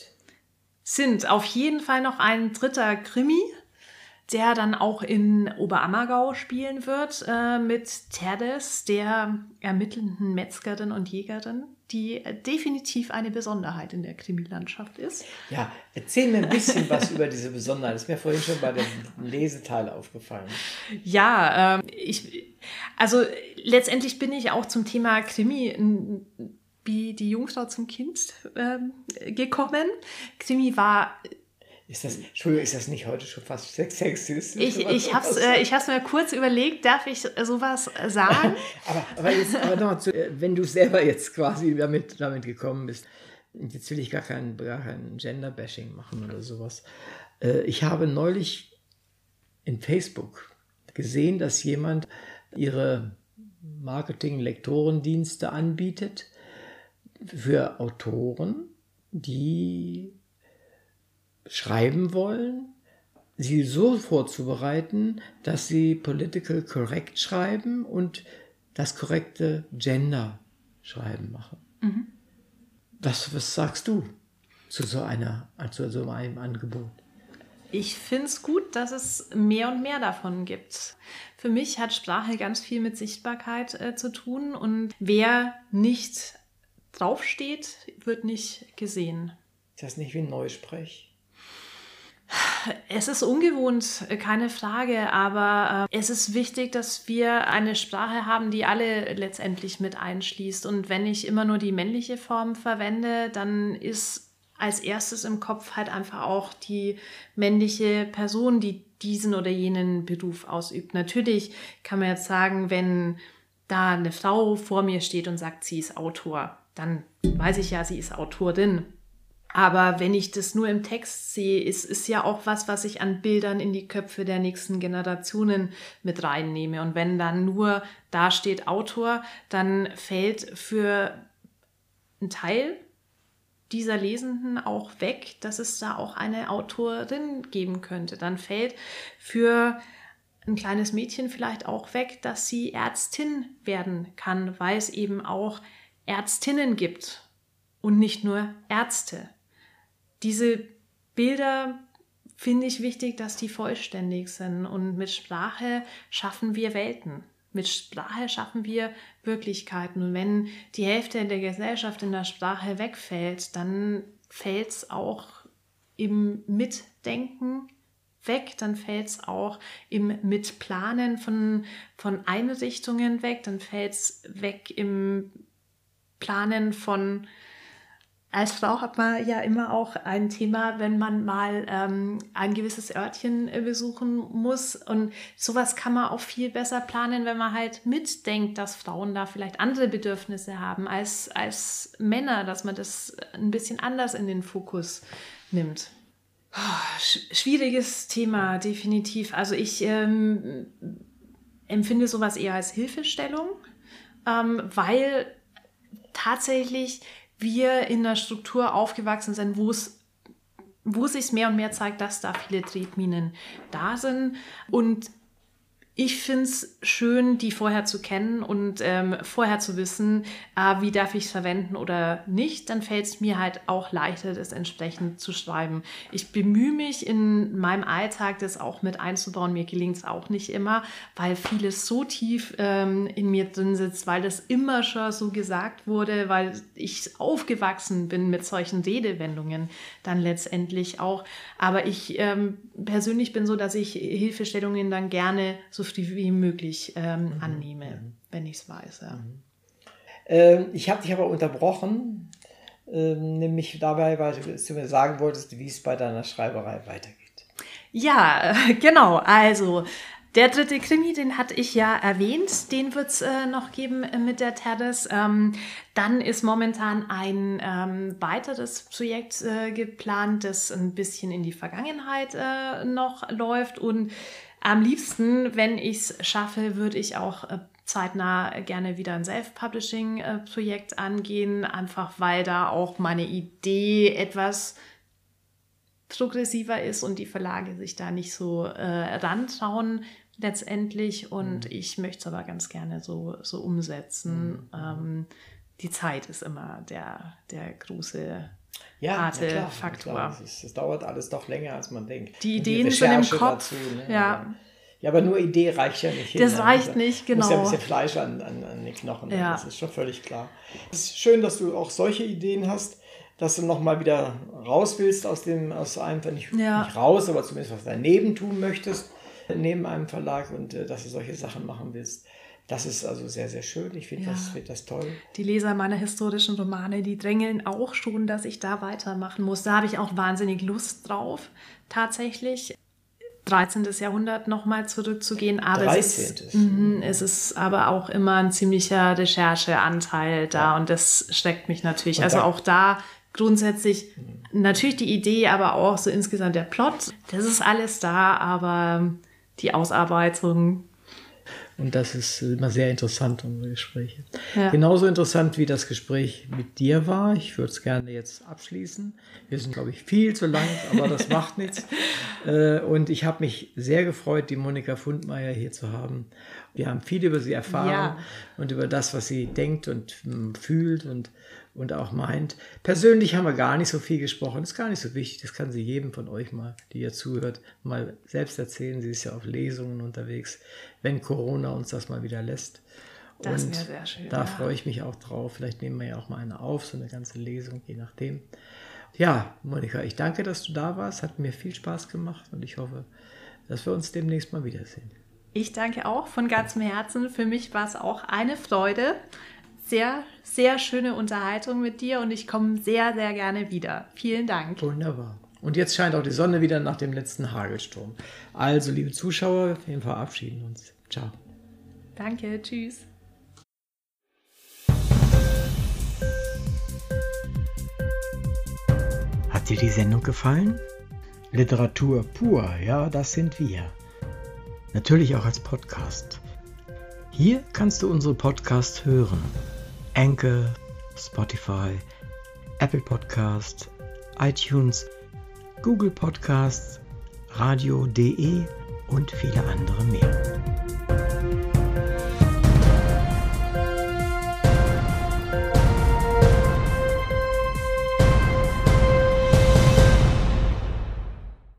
sind auf jeden Fall noch ein 3. Krimi, der dann auch in Oberammergau spielen wird, mit Terdes, der ermittelnden Metzgerin und Jägerin, die definitiv eine Besonderheit in der Krimilandschaft ist. Ja, erzähl mir ein bisschen was über diese Besonderheit. Das ist mir vorhin schon bei dem Leseteil aufgefallen. Ja, also letztendlich bin ich auch zum Thema Krimi wie die Jungfrau zum Kind gekommen. Krimi war... Entschuldigung, ist das nicht heute schon fast sexistisch? Ich hab's mir kurz überlegt, darf ich sowas sagen? aber noch wenn du selber jetzt quasi damit gekommen bist, jetzt will ich gar kein Gender-Bashing machen oder sowas. Ich habe neulich in Facebook gesehen, dass jemand ihre Marketing-Lektorendienste anbietet für Autoren, die schreiben wollen, sie so vorzubereiten, dass sie political correct schreiben und das korrekte Gender schreiben machen. Mhm. Was sagst du zu so einem Angebot? Ich finde es gut, dass es mehr und mehr davon gibt. Für mich hat Sprache ganz viel mit Sichtbarkeit zu tun und wer nicht draufsteht, wird nicht gesehen. Ist das nicht wie ein Neusprech? Es ist ungewohnt, keine Frage, aber es ist wichtig, dass wir eine Sprache haben, die alle letztendlich mit einschließt. Und wenn ich immer nur die männliche Form verwende, dann ist als erstes im Kopf halt einfach auch die männliche Person, die diesen oder jenen Beruf ausübt. Natürlich kann man jetzt sagen, wenn da eine Frau vor mir steht und sagt, sie ist Autor, dann weiß ich ja, sie ist Autorin. Aber wenn ich das nur im Text sehe, ist ja auch was ich an Bildern in die Köpfe der nächsten Generationen mit reinnehme. Und wenn dann nur da steht Autor, dann fällt für einen Teil dieser Lesenden auch weg, dass es da auch eine Autorin geben könnte. Dann fällt für ein kleines Mädchen vielleicht auch weg, dass sie Ärztin werden kann, weil es eben auch Ärztinnen gibt und nicht nur Ärzte. Diese Bilder finde ich wichtig, dass die vollständig sind. Und mit Sprache schaffen wir Welten. Mit Sprache schaffen wir Wirklichkeiten. Und wenn die Hälfte der Gesellschaft in der Sprache wegfällt, dann fällt es auch im Mitdenken weg. Dann fällt es auch im Mitplanen von Einrichtungen weg. Dann fällt es weg im Planen von... Als Frau hat man ja immer auch ein Thema, wenn man mal ein gewisses Örtchen besuchen muss. Und sowas kann man auch viel besser planen, wenn man halt mitdenkt, dass Frauen da vielleicht andere Bedürfnisse haben als Männer, dass man das ein bisschen anders in den Fokus nimmt. Schwieriges Thema, definitiv. Also ich empfinde sowas eher als Hilfestellung, weil tatsächlich wir in einer Struktur aufgewachsen sind, wo sich mehr und mehr zeigt, dass da viele Tretminen da sind. Und ich finde es schön, die vorher zu kennen und vorher zu wissen, wie darf ich es verwenden oder nicht. Dann fällt es mir halt auch leichter, das entsprechend zu schreiben. Ich bemühe mich in meinem Alltag, das auch mit einzubauen. Mir gelingt es auch nicht immer, weil vieles so tief in mir drin sitzt, weil das immer schon so gesagt wurde, weil ich aufgewachsen bin mit solchen Redewendungen dann letztendlich auch. Aber ich persönlich bin so, dass ich Hilfestellungen dann gerne so früh wie möglich annehme, wenn ich es weiß. Ja. Ich habe dich aber unterbrochen, nämlich dabei, weil du mir sagen wolltest, wie es bei deiner Schreiberei weitergeht. Ja, genau. Also der 3. Krimi, den hatte ich ja erwähnt, den wird es noch geben mit der Terdes. Dann ist momentan ein weiteres Projekt geplant, das ein bisschen in die Vergangenheit noch läuft. Und am liebsten, wenn ich es schaffe, würde ich auch zeitnah gerne wieder ein Self-Publishing-Projekt angehen, einfach weil da auch meine Idee etwas progressiver ist und die Verlage sich da nicht so rantrauen letztendlich. Und ich möchte es aber ganz gerne so umsetzen. Die Zeit ist immer der große harte Faktor. Es dauert alles doch länger, als man denkt. Die Ideen sind im Kopf. Dazu, ne? Ja. Ja, aber nur Idee reicht ja nicht. Das reicht nicht, genau. Muss ja ein bisschen Fleisch an den Knochen. Ja. Das ist schon völlig klar. Es ist schön, dass du auch solche Ideen hast, dass du nochmal wieder raus willst aus einem, nicht raus, aber zumindest was daneben tun möchtest, neben einem Verlag, und dass du solche Sachen machen willst. Das ist also sehr, sehr schön. Ich finde das toll. Die Leser meiner historischen Romane, die drängeln auch schon, dass ich da weitermachen muss. Da habe ich auch wahnsinnig Lust drauf, tatsächlich. 13. Jahrhundert nochmal zurückzugehen. Aber es ist aber auch immer ein ziemlicher Rechercheanteil da, und das schreckt mich natürlich. Also auch da grundsätzlich natürlich die Idee, aber auch so insgesamt der Plot. Das ist alles da, aber die Ausarbeitung. Und das ist immer sehr interessant, unsere Gespräche. Ja. Genauso interessant, wie das Gespräch mit dir war. Ich würde es gerne jetzt abschließen. Wir sind, glaube ich, viel zu lang, aber das macht nichts. Und ich habe mich sehr gefreut, die Monika Fundmeier hier zu haben. Wir haben viel über sie erfahren und über das, was sie denkt und fühlt und auch meint. Persönlich haben wir gar nicht so viel gesprochen. Das ist gar nicht so wichtig. Das kann sie jedem von euch mal, die ihr zuhört, mal selbst erzählen. Sie ist ja auf Lesungen unterwegs, wenn Corona uns das mal wieder lässt. Das wäre sehr schön. Da freue ich mich auch drauf. Vielleicht nehmen wir ja auch mal eine auf, so eine ganze Lesung, je nachdem. Ja, Monika, ich danke, dass du da warst. Hat mir viel Spaß gemacht und ich hoffe, dass wir uns demnächst mal wiedersehen. Ich danke auch von ganzem Herzen. Für mich war es auch eine Freude. Sehr, sehr schöne Unterhaltung mit dir und ich komme sehr, sehr gerne wieder. Vielen Dank. Wunderbar. Und jetzt scheint auch die Sonne wieder nach dem letzten Hagelsturm. Also, liebe Zuschauer, wir verabschieden uns. Ciao. Danke, tschüss. Hat dir die Sendung gefallen? Literatur pur, ja, das sind wir. Natürlich auch als Podcast. Hier kannst du unsere Podcasts hören. Anchor, Spotify, Apple Podcast, iTunes, Google Podcasts, radio.de und viele andere mehr.